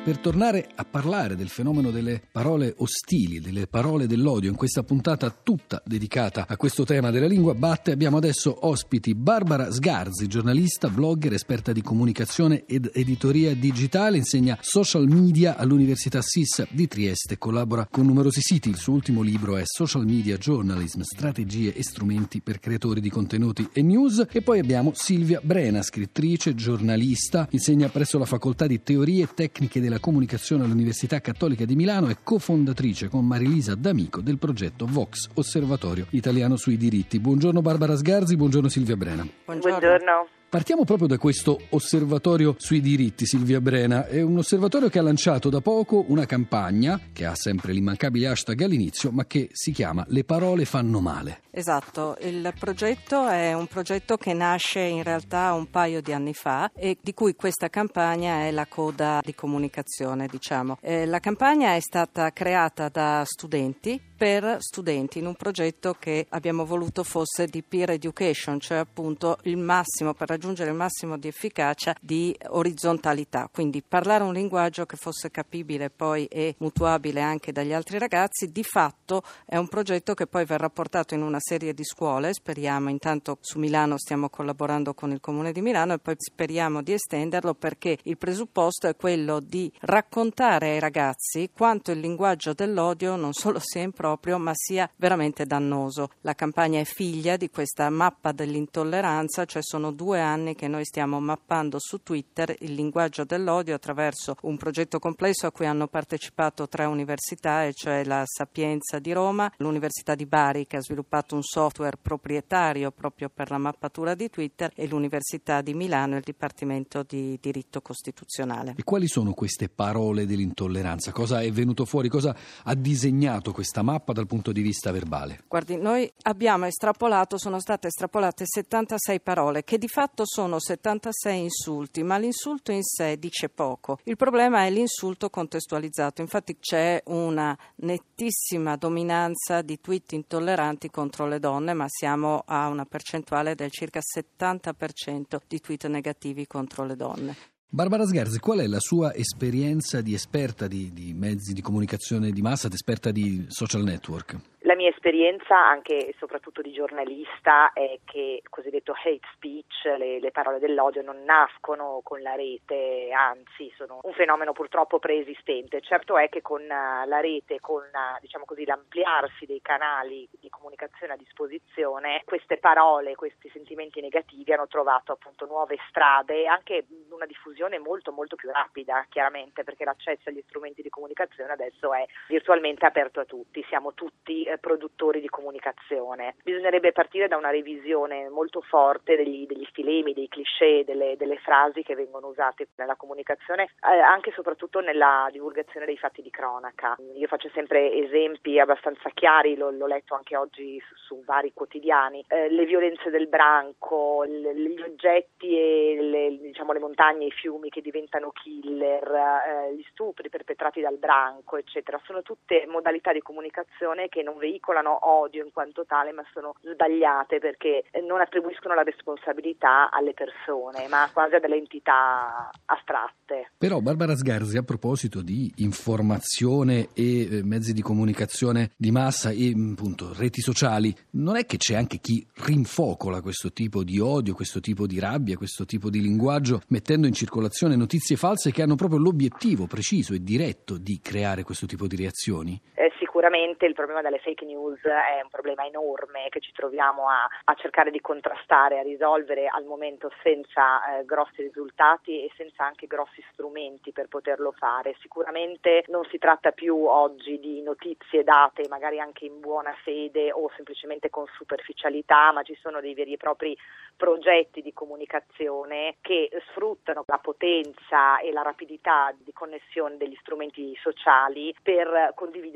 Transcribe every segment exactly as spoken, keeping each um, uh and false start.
Per tornare a parlare del fenomeno delle parole ostili, delle parole dell'odio, in questa puntata tutta dedicata a questo tema della lingua batte, abbiamo adesso ospiti Barbara Sgarzi, giornalista, blogger, esperta di comunicazione ed editoria digitale, insegna social media all'Università S I S di Trieste, collabora con numerosi siti. Il suo ultimo libro è Social Media Journalism, strategie e strumenti per creatori di contenuti e news. E poi abbiamo Silvia Brena, scrittrice, giornalista, insegna presso la Facoltà di Teorie e Tecniche della Comunicazione all'Università Cattolica di Milano e cofondatrice con Marilisa D'Amico del progetto Vox, Osservatorio Italiano sui diritti. Buongiorno Barbara Sgarzi, buongiorno Silvia Brena. Buongiorno. Buongiorno. Partiamo proprio da questo osservatorio sui diritti, Silvia Brena. È un osservatorio che ha lanciato da poco una campagna che ha sempre l'immancabile hashtag all'inizio, ma che si chiama Le parole fanno male. Esatto, il progetto è un progetto che nasce in realtà un paio di anni fa e di cui questa campagna è la coda di comunicazione, diciamo. Eh, la campagna è stata creata da studenti per studenti in un progetto che abbiamo voluto fosse di peer education, cioè appunto il massimo, per raggiungere il massimo di efficacia, di orizzontalità, quindi parlare un linguaggio che fosse capibile poi e mutuabile anche dagli altri ragazzi. Di fatto è un progetto che poi verrà portato in una serie di scuole, speriamo. Intanto su Milano stiamo collaborando con il Comune di Milano e poi speriamo di estenderlo, perché il presupposto è quello di raccontare ai ragazzi quanto il linguaggio dell'odio non solo sia improprio ma sia veramente dannoso. La campagna è figlia di questa mappa dell'intolleranza, cioè sono due anni che noi stiamo mappando su Twitter il linguaggio dell'odio attraverso un progetto complesso a cui hanno partecipato tre università, e cioè la Sapienza di Roma, l'Università di Bari che ha sviluppato un software proprietario proprio per la mappatura di Twitter, e l'Università di Milano e il Dipartimento di Diritto Costituzionale. E quali sono queste parole dell'intolleranza? Cosa è venuto fuori? Cosa ha disegnato questa mappa dal punto di vista verbale? Guardi, noi abbiamo estrapolato, sono state estrapolate settantasei parole, che di fatto sono settantasei insulti, ma l'insulto in sé dice poco. Il problema è l'insulto contestualizzato. Infatti c'è una nettissima dominanza di tweet intolleranti contro le donne, ma siamo a una percentuale del circa settanta per cento di tweet negativi contro le donne. Barbara Sgarzi, qual è la sua esperienza di esperta di, di mezzi di comunicazione di massa, di esperta di social network? La mia esperienza, anche e soprattutto di giornalista, è che il cosiddetto hate speech, le, le parole dell'odio, non nascono con la rete, anzi sono un fenomeno purtroppo preesistente. Certo è che con uh, la rete, con uh, diciamo così, l'ampliarsi dei canali di comunicazione a disposizione, queste parole, questi sentimenti negativi hanno trovato appunto nuove strade e anche una diffusione molto molto più rapida, chiaramente, perché l'accesso agli strumenti di comunicazione adesso è virtualmente aperto a tutti, siamo tutti produttori di comunicazione. Bisognerebbe partire da una revisione molto forte degli, degli stilemi, dei cliché, delle, delle frasi che vengono usate nella comunicazione, eh, anche e soprattutto nella divulgazione dei fatti di cronaca. Io faccio sempre esempi abbastanza chiari, l'ho, l'ho letto anche oggi su, su vari quotidiani, eh, le violenze del branco, le, gli oggetti e le, diciamo, le montagne, i fiumi che diventano killer, eh, gli stupri perpetrati dal branco, eccetera. Sono tutte modalità di comunicazione che non veicolano odio in quanto tale, ma sono sbagliate perché non attribuiscono la responsabilità alle persone, ma quasi a delle entità astratte. Però Barbara Sgarzi, a proposito di informazione e eh, mezzi di comunicazione di massa e appunto reti sociali, non è che c'è anche chi rinfocola questo tipo di odio, questo tipo di rabbia, questo tipo di linguaggio, mettendo in circolazione notizie false che hanno proprio l'obiettivo preciso e diretto di creare questo tipo di reazioni? Eh, sicuramente il problema delle fake news è un problema enorme che ci troviamo a, a cercare di contrastare, a risolvere al momento senza eh, grossi risultati e senza anche grossi strumenti per poterlo fare. Sicuramente non si tratta più oggi di notizie date magari anche in buona fede o semplicemente con superficialità, ma ci sono dei veri e propri progetti di comunicazione che sfruttano la potenza e la rapidità di connessione degli strumenti sociali per condividere un certo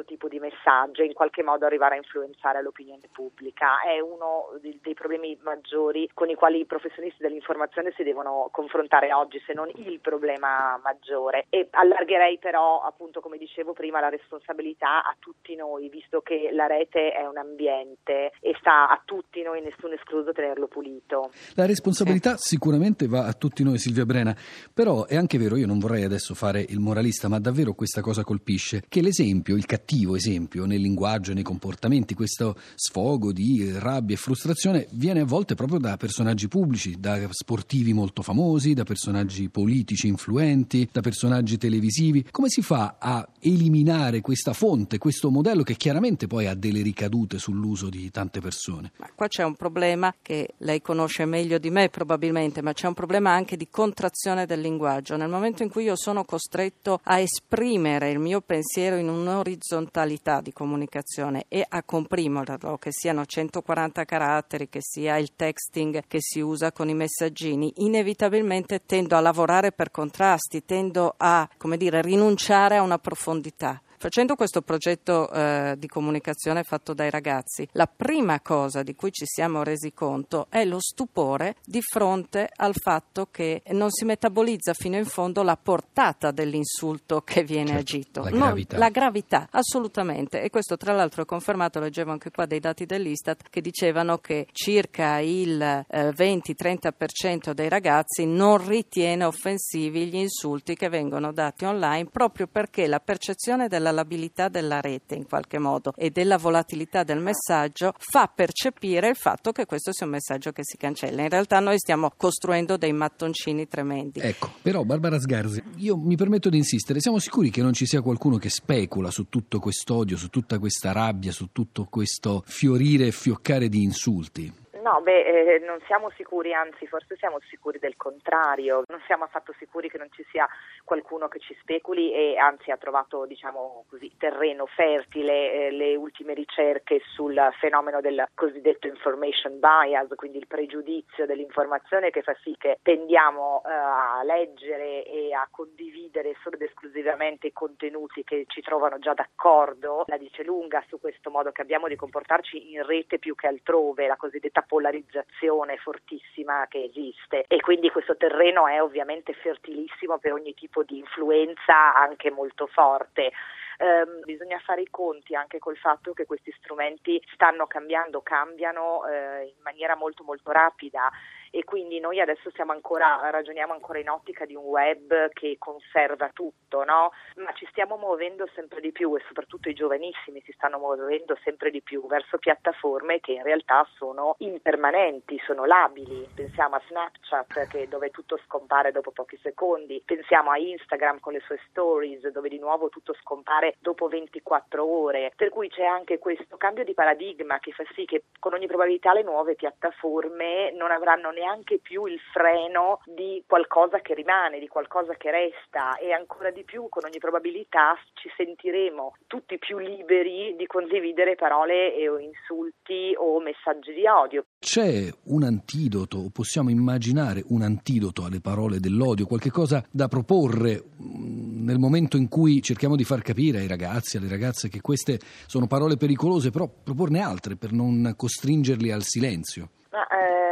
questo tipo di messaggio e in qualche modo arrivare a influenzare l'opinione pubblica. È uno dei, dei problemi maggiori con i quali i professionisti dell'informazione si devono confrontare oggi, se non il problema maggiore. E allargherei però, appunto, come dicevo prima, la responsabilità a tutti noi, visto che la rete è un ambiente e sta a tutti noi, nessuno escluso, tenerlo pulito. La responsabilità sì. Sicuramente va a tutti noi, Silvia Brena, però è anche vero, io non vorrei adesso fare il moralista, ma davvero questa cosa colpisce, che l'esempio, il cattivo esempio nel linguaggio e nei comportamenti, questo sfogo di rabbia e frustrazione viene a volte proprio da personaggi pubblici, da sportivi molto famosi, da personaggi politici influenti, da personaggi televisivi. Come si fa a eliminare questa fonte, questo modello che chiaramente poi ha delle ricadute sull'uso di tante persone? Ma qua c'è un problema che lei conosce meglio di me probabilmente, ma c'è un problema anche di contrazione del linguaggio. Nel momento in cui io sono costretto a esprimere il mio pensiero in un'orizzontalità di comunicazione e a comprimerlo, che siano centoquaranta caratteri, che sia il texting che si usa con i messaggini, inevitabilmente tendo a lavorare per contrasti, tendo a, come dire, rinunciare a una profondità. Facendo questo progetto eh, di comunicazione fatto dai ragazzi, la prima cosa di cui ci siamo resi conto è lo stupore di fronte al fatto che non si metabolizza fino in fondo la portata dell'insulto che viene certo, agito. La gravità. Non, la gravità, assolutamente. E questo tra l'altro è confermato, leggevo anche qua dei dati dell'Istat che dicevano che circa il eh, venti-trenta per cento dei ragazzi non ritiene offensivi gli insulti che vengono dati online, proprio perché la percezione della labilità della rete in qualche modo e della volatilità del messaggio fa percepire il fatto che questo sia un messaggio che si cancella. In realtà noi stiamo costruendo dei mattoncini tremendi. Ecco, però Barbara Sgarzi, io mi permetto di insistere, siamo sicuri che non ci sia qualcuno che specula su tutto quest'odio, su tutta questa rabbia, su tutto questo fiorire e fioccare di insulti? No, beh, eh, non siamo sicuri, anzi forse siamo sicuri del contrario, non siamo affatto sicuri che non ci sia qualcuno che ci speculi e anzi ha trovato, diciamo così, terreno fertile eh, le ultime ricerche sul fenomeno del cosiddetto information bias, quindi il pregiudizio dell'informazione che fa sì che tendiamo eh, a leggere e a condividere solo ed esclusivamente i contenuti che ci trovano già d'accordo. La dice lunga su questo modo che abbiamo di comportarci in rete più che altrove, la cosiddetta polarizzazione fortissima che esiste, e quindi questo terreno è ovviamente fertilissimo per ogni tipo di influenza anche molto forte. Um, bisogna fare i conti anche col fatto che questi strumenti stanno cambiando, cambiano eh, in maniera molto molto rapida e quindi noi adesso siamo ancora, ragioniamo ancora in ottica di un web che conserva tutto, no? Ma ci stiamo muovendo sempre di più e soprattutto i giovanissimi si stanno muovendo sempre di più verso piattaforme che in realtà sono impermanenti, sono labili. Pensiamo a Snapchat che, dove tutto scompare dopo pochi secondi, pensiamo a Instagram con le sue stories dove di nuovo tutto scompare dopo ventiquattro ore, per cui c'è anche questo cambio di paradigma che fa sì che con ogni probabilità le nuove piattaforme non avranno neanche più il freno di qualcosa che rimane, di qualcosa che resta, e ancora di più con ogni probabilità ci sentiremo tutti più liberi di condividere parole e o insulti o messaggi di odio. C'è un antidoto, o possiamo immaginare un antidoto alle parole dell'odio, qualche cosa da proporre nel momento in cui cerchiamo di far capire ai ragazzi, alle ragazze che queste sono parole pericolose, però proporne altre per non costringerli al silenzio? Ma,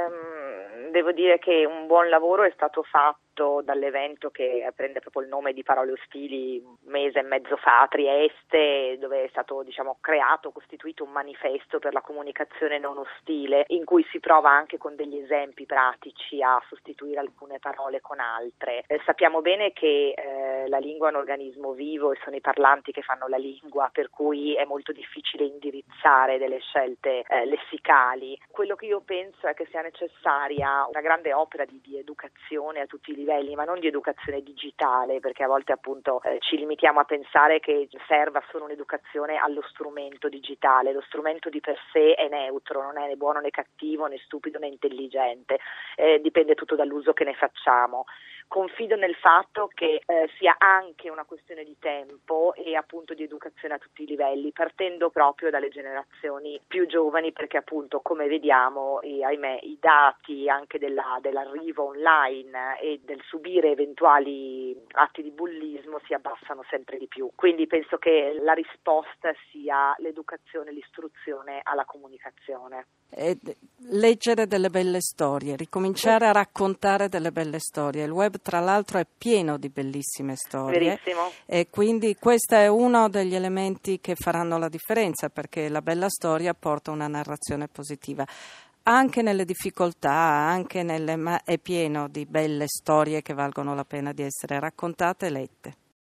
ehm, devo dire che un buon lavoro è stato fatto dall'evento che prende proprio il nome di Parole Ostili un mese e mezzo fa a Trieste, dove è stato, diciamo, creato, costituito un manifesto per la comunicazione non ostile, in cui si prova anche con degli esempi pratici a sostituire alcune parole con altre. Eh, sappiamo bene che eh, la lingua è un organismo vivo e sono i parlanti che fanno la lingua, per cui è molto difficile indirizzare delle scelte eh, lessicali. Quello che io penso è che sia necessaria una grande opera di, di educazione a tutti i livelli, ma non di educazione digitale, perché a volte appunto eh, ci limitiamo a pensare che serva solo un'educazione allo strumento digitale. Lo strumento di per sé è neutro, non è né buono né cattivo, né stupido né intelligente, eh, dipende tutto dall'uso che ne facciamo. Confido nel fatto che eh, sia anche una questione di tempo e appunto di educazione a tutti i livelli, partendo proprio dalle generazioni più giovani, perché appunto, come vediamo, e ahimè, i dati anche della, dell'arrivo online e del nel subire eventuali atti di bullismo si abbassano sempre di più. Quindi penso che la risposta sia l'educazione, l'istruzione alla comunicazione. E leggere delle belle storie, ricominciare a raccontare delle belle storie. Il web tra l'altro è pieno di bellissime storie. Verissimo. E quindi questo è uno degli elementi che faranno la differenza, perché la bella storia porta una narrazione positiva. Anche nelle difficoltà, anche nelle, ma è pieno di belle storie che valgono la pena di essere raccontate e lette.